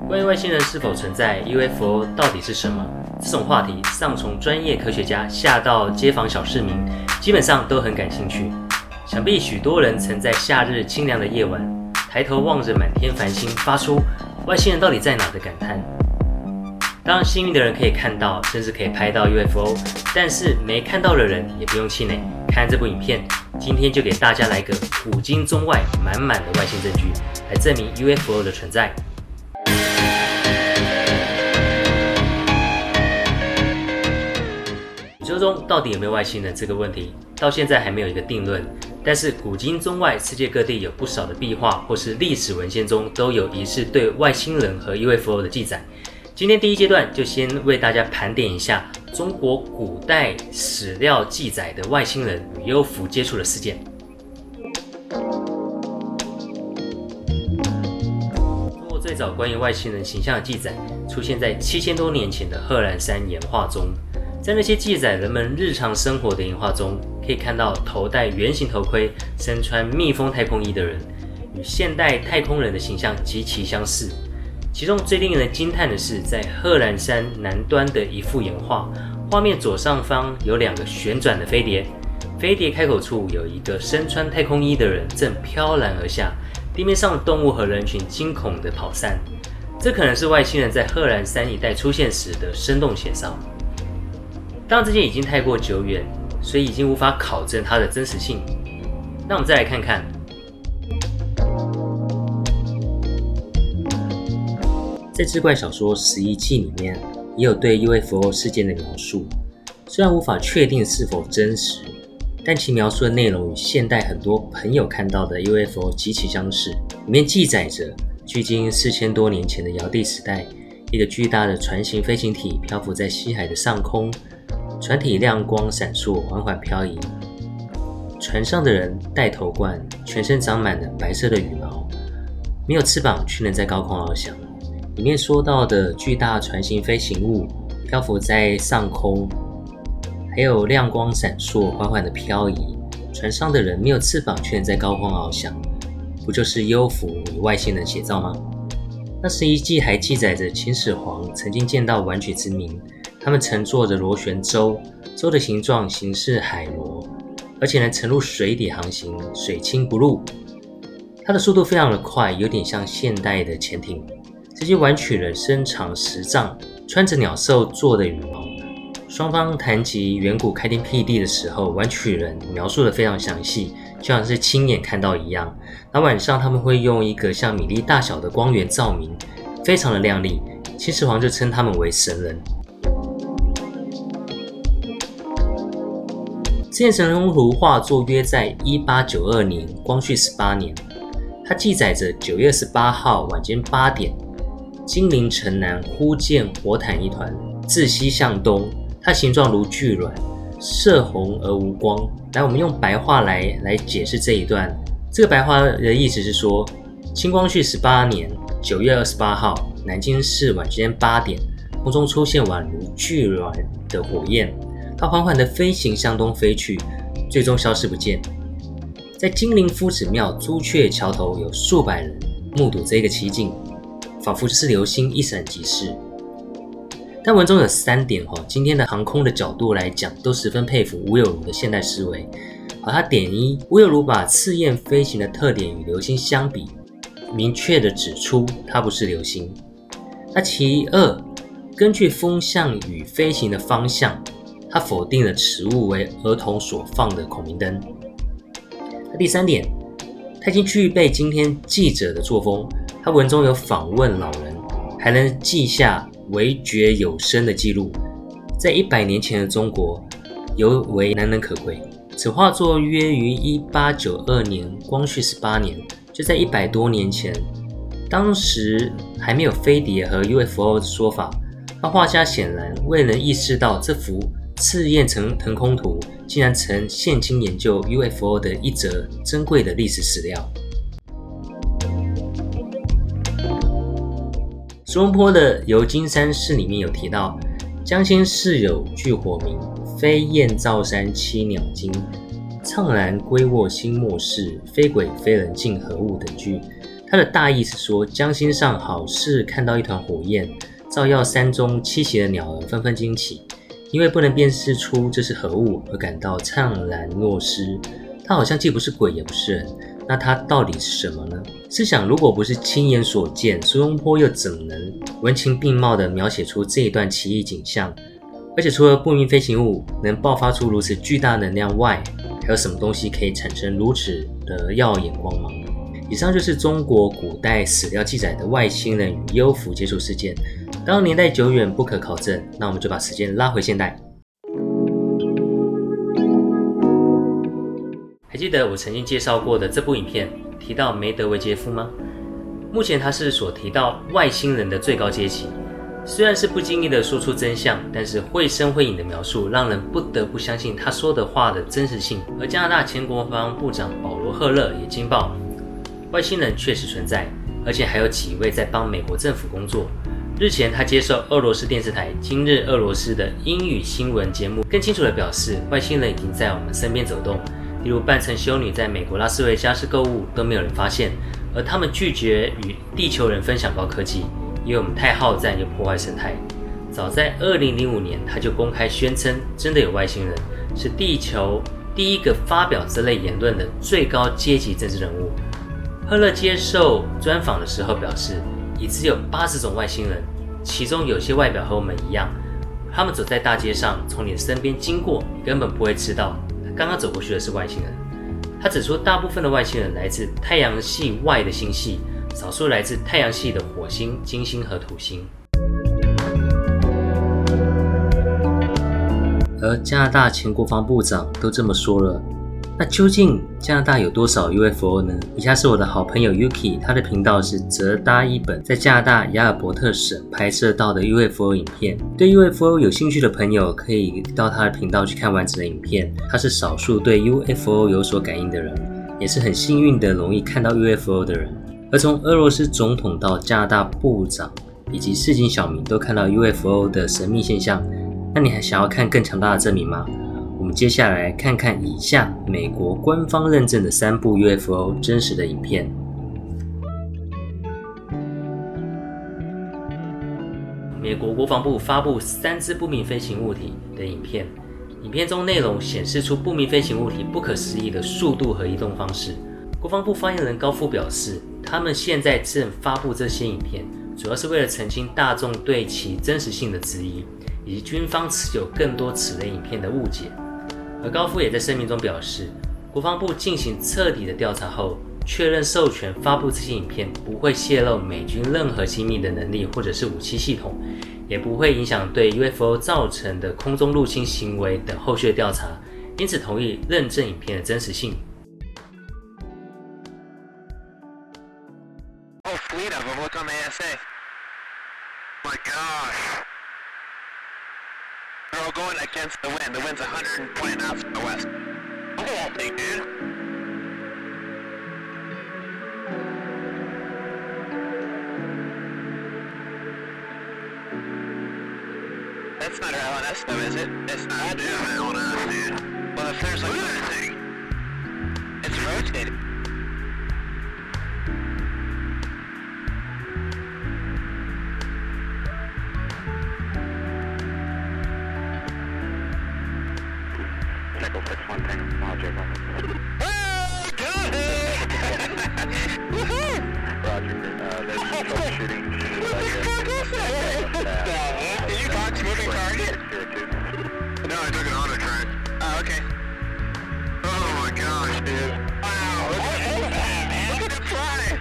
关于外星人是否存在 UFO 到底是什么？这种话题上从专业科学家下到街坊小市民，基本上都很感兴趣。想必许多人曾在夏日清凉的夜晚，抬头望着满天繁星，发出外星人到底在哪的感叹。当然幸运的人可以看到，甚至可以拍到 UFO， 但是没看到的人也不用气馁。看这部影片，今天就给大家来个古今中外满满的外星证据，来证明 UFO 的存在。宇宙中到底有没有外星人这个问题，到现在还没有一个定论。但是古今中外，世界各地有不少的壁画或是历史文献中都有疑似对外星人和 UFO 的记载。今天第一阶段就先为大家盘点一下中国古代史料记载的外星人与 UFO 接触的事件。中国最早关于外星人形象的记载出现在7000多年前的贺兰山岩画中。在那些记载人们日常生活的岩画中，可以看到头戴圆形头盔、身穿密封太空衣的人，与现代太空人的形象极其相似。其中最令人惊叹的是，在贺兰山南端的一幅岩画，画面左上方有2个旋转的飞碟，飞碟开口处有一个身穿太空衣的人正飘然而下，地面上的动物和人群惊恐地跑散。这可能是外星人在贺兰山一带出现时的生动写照。当然这些已经太过久远，所以已经无法考证它的真实性。那我们再来看看，在志怪小说《11纪》里面也有对 UFO 事件的描述，虽然无法确定是否真实，但其描述的内容与现代很多朋友看到的 UFO 极其相似。里面记载着距今4000多年前的尧帝时代，一个巨大的船形飞行体漂浮在西海的上空，船体亮光闪烁，缓缓漂移。船上的人戴头冠，全身长满了白色的羽毛，没有翅膀却能在高空翱翔。里面说到的巨大船形飞行物漂浮在上空，还有亮光闪烁，缓缓的漂移。船上的人没有翅膀却能在高空翱翔，不就是 UFO 与外星人写照吗？那11纪还记载着秦始皇曾经见到婉曲之民，他们乘坐着螺旋舟，舟的形状形似海螺，而且能沉入水底航行，水清不入。它的速度非常的快，有点像现代的潜艇。这些婉曲人身长10丈，穿着鸟兽做的羽毛。双方谈及远古开天辟地的时候，婉曲人描述的非常详细，就像是亲眼看到一样。那晚上他们会用一个像米粒大小的光源照明，非常的亮丽。秦始皇就称他们为神人。这件神龙图画作约在1892年，光绪18年。它记载着9月18号晚间8点，金陵城南忽见火毯一团，自西向东，它形状如巨卵，色红而无光。来，我们用白话来解释这一段。这个白话的意思是说，清光绪18年9月28号，南京市晚间8点，空中出现宛如巨卵的火焰，它缓缓地飞行向东飞去，最终消失不见。在金陵夫子庙朱雀桥头有数百人目睹这个奇景，仿佛就是流星一闪即逝。但文中有3点，今天的航空的角度来讲，都十分佩服吴有如的现代思维。他点一，吴有如把赤焰飞行的特点与流星相比，明确地指出它不是流星。那其2，根据风向与飞行的方向，他否定了此物为儿童所放的孔明灯。那第3点，他已经具备今天记者的作风，他文中有访问老人，还能记下惟觉有声的记录，在100年前的中国尤为难能可贵。此画作约于1892年，光绪18年，就在100多年前。当时还没有飞碟和 UFO 的说法，那画家显然未能意识到这幅赤焰腾空图竟然成现今研究 UFO 的一则珍贵的历史史料。苏东坡的《游金山寺》里面有提到，江心寺有句火名，飞燕照山栖鸟惊，怅然归卧心莫事，非鬼非人竟何物等句。 它的大意是说，江心上好似看到一团火焰，照耀山中栖息的鸟儿纷纷惊起，因为不能辨识出这是何物而感到怅然若失。他好像既不是鬼也不是人，那他到底是什么呢？试想，如果不是亲眼所见，苏东坡又怎能文情并茂地描写出这一段奇异景象？而且除了不明飞行物能爆发出如此巨大能量外，还有什么东西可以产生如此的耀眼光芒？以上就是中国古代史料记载的外星人与 UFO 接触事件。当年代久远不可考证，那我们就把时间拉回现代。还记得我曾经介绍过的这部影片提到梅德韦杰夫吗？目前他是所提到外星人的最高阶级。虽然是不经意的说出真相，但是绘声绘影的描述让人不得不相信他说的话的真实性。而加拿大前国防部长保罗·赫勒也惊爆，外星人确实存在，而且还有几位在帮美国政府工作。日前他接受俄罗斯电视台今日俄罗斯的英语新闻节目，更清楚地表示，外星人已经在我们身边走动，例如扮成修女在美国拉斯维加斯购物都没有人发现，而他们拒绝与地球人分享高科技，因为我们太好战又破坏生态。早在2005年他就公开宣称真的有外星人，是地球第一个发表这类言论的最高阶级政治人物。赫勒接受专访的时候表示，已知有80种外星人，其中有些外表和我们一样，他们走在大街上从你的身边经过，你根本不会知道他刚刚走过去的是外星人。他指出，大部分的外星人来自太阳系外的星系，少数来自太阳系的火星、金星和土星。而加拿大前国防部长都这么说了，那究竟加拿大有多少 UFO 呢？以下是我的好朋友 Yuki， 他的频道是泽达一本在加拿大亚尔伯特省拍摄到的 UFO 影片。对 UFO 有兴趣的朋友可以到他的频道去看完整的影片。他是少数对 UFO 有所感应的人，也是很幸运的容易看到 UFO 的人。而从俄罗斯总统到加拿大部长以及市井小民都看到 UFO 的神秘现象，那你还想要看更强大的证明吗？我们接下来看看以下美国官方认证的3部 UFO 真实的影片。美国国防部发布3只不明飞行物体的影片，影片中内容显示出不明飞行物体不可思议的速度和移动方式。国防部发言人高夫表示，他们现在正发布这些影片，主要是为了澄清大众对其真实性的质疑，以及军方持有更多此类影片的误解。而高夫也在声明中表示，国防部进行彻底的调查后，确认授权发布这些影片不会泄露美军任何机密的能力或者是武器系统，也不会影响对 UFO 造成的空中入侵行为等后续的调查，因此同意认证影片的真实性。 Fleet of them. Look on the ASA. My gosh. They're all going against the wind. The wind's 120 knots from the west. Look at that thing, dude. That's not our LNS though, is it? It's not. That is an LNS, dude. Well, if there's another thing, it's rotating. Nickel 6-1 Tango, Roger. Oh, got it! Woohoo! Roger, there's troubleshooting. Did you box moving target? No, I took an auto track. Oh, okay. Oh my gosh, dude. Wow, look at that, man. Look at it fly!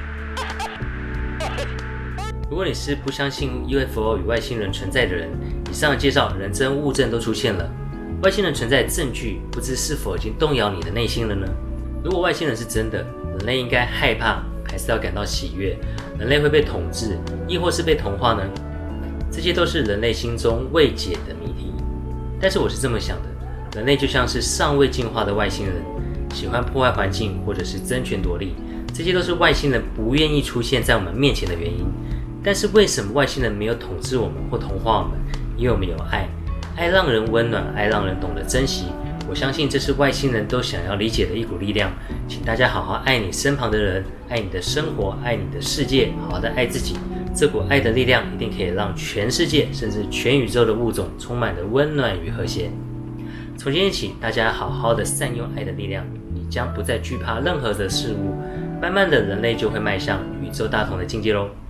如果你是不相信 UFO 与外星人存在的人，以上的介绍人证物证都出现了。外星人存在的证据，不知是否已经动摇你的内心了呢？如果外星人是真的，人类应该害怕，还是要感到喜悦？人类会被统治，亦或是被同化呢？这些都是人类心中未解的谜题。但是我是这么想的，人类就像是尚未进化的外星人，喜欢破坏环境或者是争权夺利，这些都是外星人不愿意出现在我们面前的原因。但是为什么外星人没有统治我们或同化我们？因为我们有爱。爱让人温暖，爱让人懂得珍惜， 我相信这是外星人都想要理解的一股力量，请大家好好爱你身旁的人，爱你的生活，爱你的世界，好好的爱自己。这股爱的力量一定可以让全世界甚至全宇宙的物种充满了温暖与和谐。从今天起，大家好好的善用爱的力量，你将不再惧怕任何的事物，慢慢的人类就会迈向宇宙大同的境界咯。